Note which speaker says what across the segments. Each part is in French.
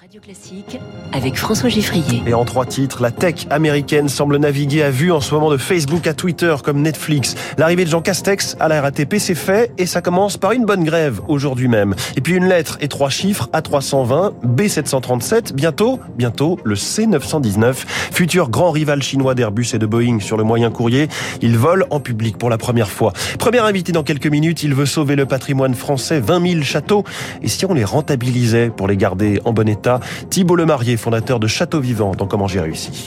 Speaker 1: Radio Classique avec François Geffrier.
Speaker 2: Et en 3 titres, la tech américaine semble naviguer à vue en ce moment de Facebook à Twitter comme Netflix. L'arrivée de Jean Castex à la RATP, c'est fait et ça commence par une bonne grève aujourd'hui même. Et puis une lettre et 3 chiffres, A320, B737, bientôt le C919, futur grand rival chinois d'Airbus et de Boeing sur le moyen courrier. Il vole en public pour la première fois. Premier invité dans quelques minutes, il veut sauver le patrimoine français, 20 000 châteaux. Et si on les rentabilisait pour les garder en bon état? Thibault Lemarié, fondateur de Château Vivant, dans Comment j'ai réussi.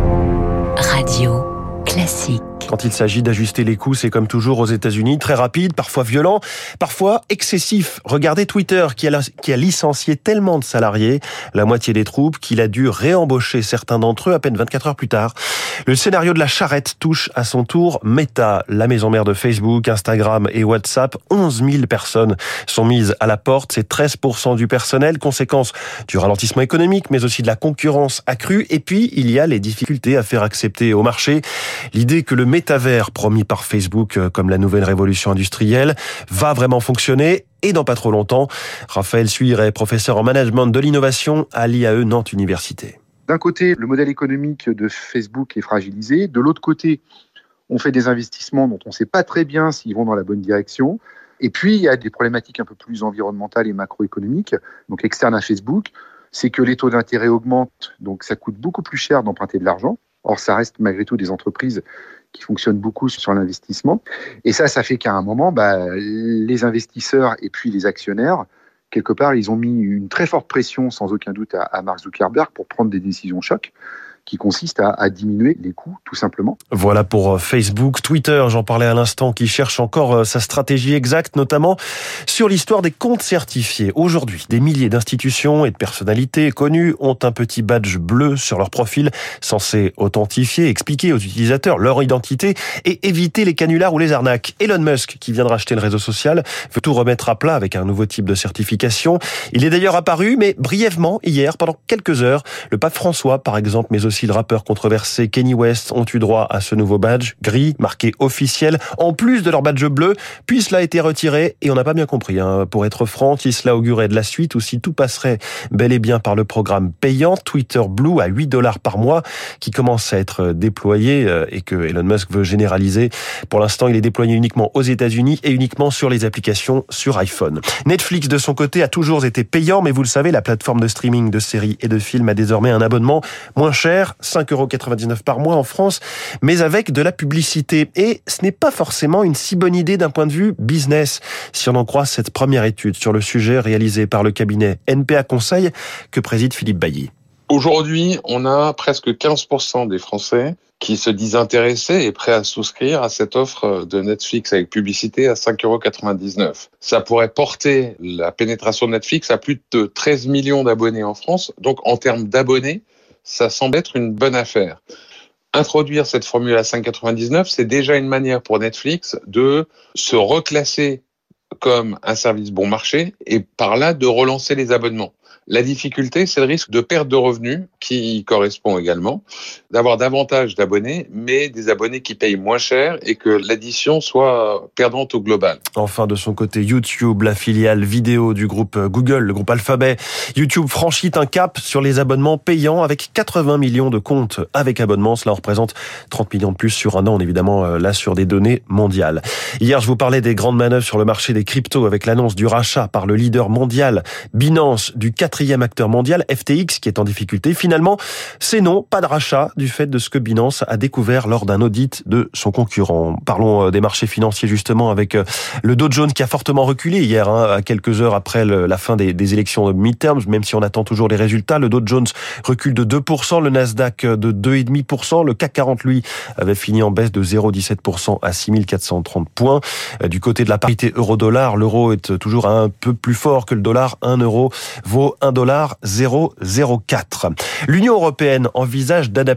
Speaker 1: Radio Classique.
Speaker 2: Quand il s'agit d'ajuster les coûts, c'est comme toujours aux États-Unis, très rapide, parfois violent, parfois excessif. Regardez Twitter qui a licencié tellement de salariés, la moitié des troupes, qu'il a dû réembaucher certains d'entre eux à peine 24 heures plus tard. Le scénario de la charrette touche à son tour Meta, la maison mère de Facebook, Instagram et WhatsApp. 11 000 personnes sont mises à la porte, c'est 13% du personnel, conséquence du ralentissement économique, mais aussi de la concurrence accrue. Et puis, il y a les difficultés à faire accepter au marché l'idée que le métavers promis par Facebook comme la nouvelle révolution industrielle va vraiment fonctionner et dans pas trop longtemps. Raphaël Suire est professeur en management de l'innovation à l'IAE Nantes Université.
Speaker 3: D'un côté, le modèle économique de Facebook est fragilisé. De l'autre côté, on fait des investissements dont on ne sait pas très bien s'ils vont dans la bonne direction. Et puis, il y a des problématiques un peu plus environnementales et macroéconomiques, donc externes à Facebook. C'est que les taux d'intérêt augmentent, donc ça coûte beaucoup plus cher d'emprunter de l'argent. Or, ça reste malgré tout des entreprises qui fonctionnent beaucoup sur l'investissement. Et ça fait qu'à un moment, les investisseurs et puis les actionnaires, quelque part, ils ont mis une très forte pression, sans aucun doute, à Mark Zuckerberg pour prendre des décisions chocs qui consiste à diminuer les coûts, tout simplement.
Speaker 2: Voilà pour Facebook. Twitter, j'en parlais à l'instant, qui cherche encore sa stratégie exacte, notamment sur l'histoire des comptes certifiés. Aujourd'hui, des milliers d'institutions et de personnalités connues ont un petit badge bleu sur leur profil, censé authentifier, expliquer aux utilisateurs leur identité et éviter les canulars ou les arnaques. Elon Musk, qui vient de racheter le réseau social, veut tout remettre à plat avec un nouveau type de certification. Il est d'ailleurs apparu, mais brièvement, hier, pendant quelques heures. Le pape François, par exemple, mais aussi le rappeur controversé Kanye West ont eu droit à ce nouveau badge gris, marqué officiel, en plus de leur badge bleu, puis cela a été retiré et on n'a pas bien compris. Pour être franc, si cela augurait de la suite ou si tout passerait bel et bien par le programme payant Twitter Blue à $8 par mois qui commence à être déployé et que Elon Musk veut généraliser. Pour l'instant, il est déployé uniquement aux États-Unis et uniquement sur les applications sur iPhone. Netflix, de son côté, a toujours été payant, mais vous le savez, la plateforme de streaming de séries et de films a désormais un abonnement moins cher, 5,99 € par mois en France, mais avec de la publicité. Et ce n'est pas forcément une si bonne idée d'un point de vue business, si on en croit cette première étude sur le sujet réalisée par le cabinet NPA Conseil que préside Philippe Bailly.
Speaker 4: Aujourd'hui, on a presque 15% des Français qui se disent intéressés et prêts à souscrire à cette offre de Netflix avec publicité à 5,99 €. Ça pourrait porter la pénétration de Netflix à plus de 13 millions d'abonnés en France. Donc, en termes d'abonnés, ça semble être une bonne affaire. Introduire cette formule à 5,99 €, c'est déjà une manière pour Netflix de se reclasser comme un service bon marché et par là de relancer les abonnements. La difficulté, c'est le risque de perte de revenus qui y correspond également, d'avoir davantage d'abonnés, mais des abonnés qui payent moins cher et que l'addition soit perdante au global.
Speaker 2: Enfin, de son côté, YouTube, la filiale vidéo du groupe Google, le groupe Alphabet. YouTube franchit un cap sur les abonnements payants avec 80 millions de comptes avec abonnement. Cela représente 30 millions de plus sur un an. On est évidemment là sur des données mondiales. Hier, je vous parlais des grandes manœuvres sur le marché des cryptos avec l'annonce du rachat par le leader mondial Binance du 4e acteur mondial, FTX, qui est en difficulté. Finalement, c'est non, pas de rachat du fait de ce que Binance a découvert lors d'un audit de son concurrent. Parlons des marchés financiers justement avec le Dow Jones qui a fortement reculé hier, à quelques heures après la fin des élections de midterms, même si on attend toujours les résultats. Le Dow Jones recule de 2%, le Nasdaq de 2,5%, le CAC 40, lui, avait fini en baisse de 0,17% à 6430 points. Du côté de la parité euro-dollar, l'euro est toujours un peu plus fort que le dollar. 1 euro vaut $1,004. L'Union européenne envisage d'adapter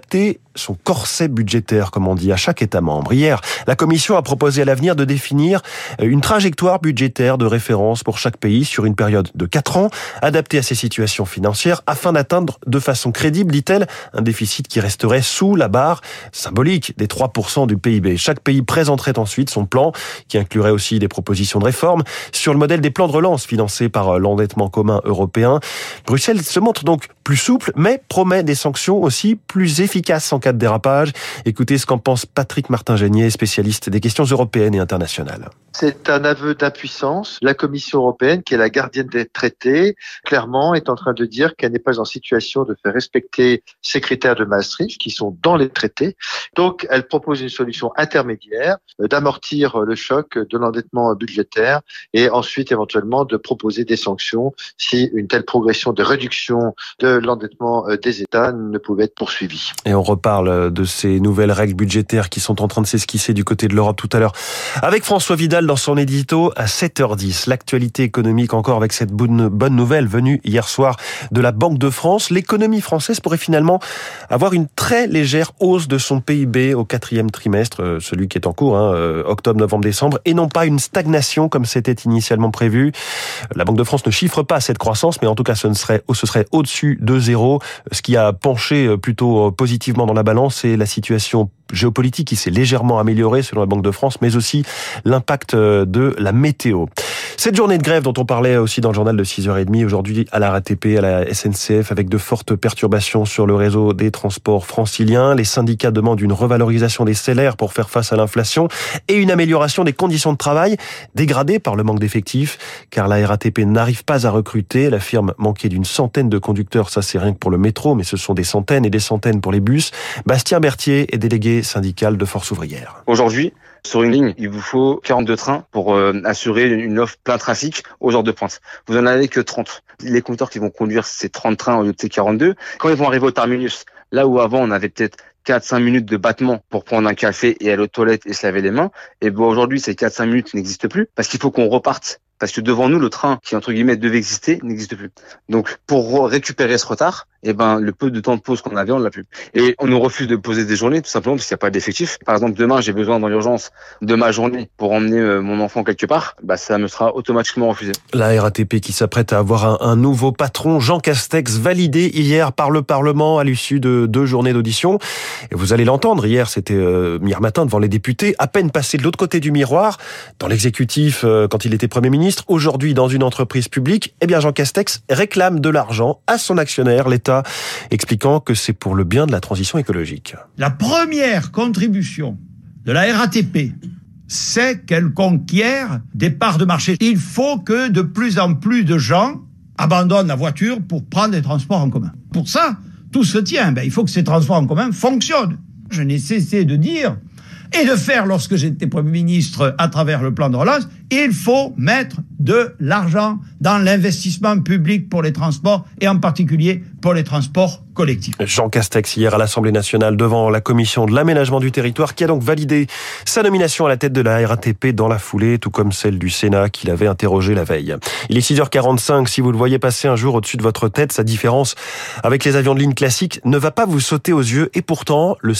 Speaker 2: son corset budgétaire, comme on dit, à chaque État membre. Hier, la Commission a proposé à l'avenir de définir une trajectoire budgétaire de référence pour chaque pays sur une période de 4 ans, adaptée à ses situations financières, afin d'atteindre de façon crédible, dit-elle, un déficit qui resterait sous la barre symbolique des 3% du PIB. Chaque pays présenterait ensuite son plan, qui inclurait aussi des propositions de réforme, sur le modèle des plans de relance financés par l'endettement commun européen. Bruxelles se montre donc plus souple, mais promet des sanctions aussi plus efficaces en cas de dérapage. Écoutez ce qu'en pense Patrick Martin-Genier, spécialiste des questions européennes et internationales.
Speaker 5: C'est un aveu d'impuissance. La Commission européenne, qui est la gardienne des traités, clairement est en train de dire qu'elle n'est pas en situation de faire respecter ces critères de Maastricht, qui sont dans les traités. Donc, elle propose une solution intermédiaire, d'amortir le choc de l'endettement budgétaire et ensuite éventuellement de proposer des sanctions si une telle progression de réduction de l'endettement des États ne pouvait être poursuivie.
Speaker 2: Et on reparle de ces nouvelles règles budgétaires qui sont en train de s'esquisser du côté de l'Europe tout à l'heure. Avec François Vidal dans son édito à 7h10. L'actualité économique encore avec cette bonne nouvelle venue hier soir de la Banque de France. L'économie française pourrait finalement avoir une très légère hausse de son PIB au 4e trimestre, celui qui est en cours, octobre, novembre, décembre, et non pas une stagnation comme c'était initialement prévu. La Banque de France ne chiffre pas cette croissance, mais en tout cas ce serait au-dessus de zéro. Ce qui a penché plutôt positivement dans la balance, c'est la situation géopolitique qui s'est légèrement améliorée selon la Banque de France, mais aussi l'impact de la météo. Cette journée de grève dont on parlait aussi dans le journal de 6h30 aujourd'hui à la RATP, à la SNCF, avec de fortes perturbations sur le réseau des transports franciliens. Les syndicats demandent une revalorisation des salaires pour faire face à l'inflation et une amélioration des conditions de travail dégradées par le manque d'effectifs, car la RATP n'arrive pas à recruter. La firme manquait d'une centaine de conducteurs, ça c'est rien que pour le métro, mais ce sont des centaines et des centaines pour les bus. Bastien Berthier est délégué syndical de Force ouvrière.
Speaker 6: Aujourd'hui, sur une ligne, il vous faut 42 trains pour assurer une offre plein trafic aux heures de pointe. Vous en avez que 30. Les conducteurs qui vont conduire ces 30 trains au lieu de ces 42, quand ils vont arriver au terminus, là où avant on avait peut-être 4-5 minutes de battement pour prendre un café et aller aux toilettes et se laver les mains, et bon aujourd'hui ces 4-5 minutes n'existent plus parce qu'il faut qu'on reparte. Parce que devant nous, le train qui, entre guillemets, devait exister, n'existe plus. Donc, pour récupérer ce retard, le peu de temps de pause qu'on avait, on l'a plus. Et on nous refuse de poser des journées, tout simplement, parce qu'il n'y a pas d'effectif. Par exemple, demain, j'ai besoin dans l'urgence de ma journée pour emmener mon enfant quelque part, ça me sera automatiquement refusé.
Speaker 2: La RATP qui s'apprête à avoir un nouveau patron, Jean Castex, validé hier par le Parlement à l'issue de 2 journées d'audition. Et vous allez l'entendre, hier matin devant les députés, à peine passé de l'autre côté du miroir, dans l'exécutif, quand il était Premier ministre. Aujourd'hui, dans une entreprise publique, Jean Castex réclame de l'argent à son actionnaire, l'État, expliquant que c'est pour le bien de la transition écologique.
Speaker 7: La première contribution de la RATP, c'est qu'elle conquiert des parts de marché. Il faut que de plus en plus de gens abandonnent la voiture pour prendre des transports en commun. Pour ça, tout se tient. Il faut que ces transports en commun fonctionnent. Je n'ai cessé de dire et de faire lorsque j'étais Premier ministre à travers le plan de relance, il faut mettre de l'argent dans l'investissement public pour les transports et en particulier pour les transports collectifs.
Speaker 2: Jean Castex hier à l'Assemblée nationale devant la commission de l'aménagement du territoire qui a donc validé sa nomination à la tête de la RATP dans la foulée, tout comme celle du Sénat qui l'avait interrogé la veille. Il est 6h45, si vous le voyez passer un jour au-dessus de votre tête, sa différence avec les avions de ligne classiques ne va pas vous sauter aux yeux et pourtant le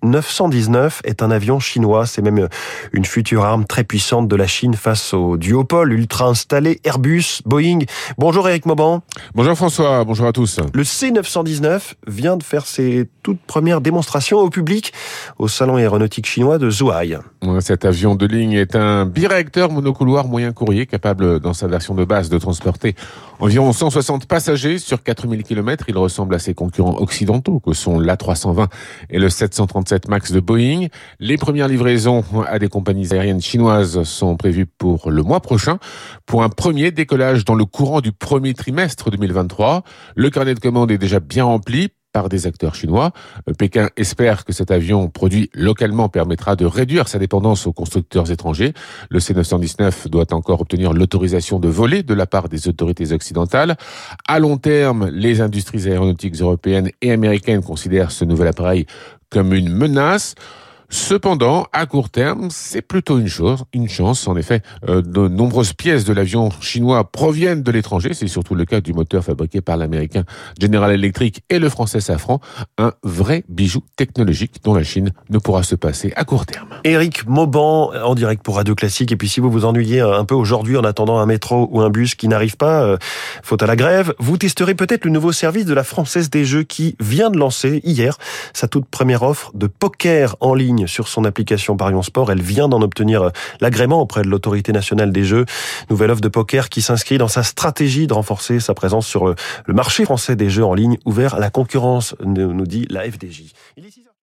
Speaker 2: C919 est un avion chinois, c'est même une future arme très puissante de la Chine face au duopole ultra installé Airbus, Boeing. Bonjour Éric Mauban.
Speaker 8: Bonjour François, bonjour à tous.
Speaker 2: Le C919 vient de faire ses toutes premières démonstrations au public au salon aéronautique chinois de Zhuhai.
Speaker 8: Cet avion de ligne est un biréacteur monocouloir moyen courrier capable dans sa version de base de transporter environ 160 passagers sur 4000 km. Il ressemble à ses concurrents occidentaux que sont l'A320 et le 737 MAX de Boeing. Les premières livraisons à des compagnies aériennes chinoises sont prévues pour le mois prochain pour un premier décollage dans le courant du premier trimestre 2023. Le carnet de commandes est déjà bien rempli par des acteurs chinois. Pékin espère que cet avion produit localement permettra de réduire sa dépendance aux constructeurs étrangers. Le C919 doit encore obtenir l'autorisation de voler de la part des autorités occidentales. À long terme, les industries aéronautiques européennes et américaines considèrent ce nouvel appareil comme une menace. Cependant, à court terme, c'est plutôt une chance. En effet, de nombreuses pièces de l'avion chinois proviennent de l'étranger. C'est surtout le cas du moteur fabriqué par l'américain General Electric et le français Safran. Un vrai bijou technologique dont la Chine ne pourra se passer à court terme.
Speaker 2: Éric Mauban, en direct pour Radio Classique. Et puis si vous vous ennuyez un peu aujourd'hui en attendant un métro ou un bus qui n'arrive pas, faute à la grève, vous testerez peut-être le nouveau service de la Française des Jeux qui vient de lancer hier sa toute première offre de poker en ligne sur son application Parions Sport. Elle vient d'en obtenir l'agrément auprès de l'Autorité nationale des Jeux. Nouvelle offre de poker qui s'inscrit dans sa stratégie de renforcer sa présence sur le marché français des jeux en ligne ouvert à la concurrence, nous dit la FDJ.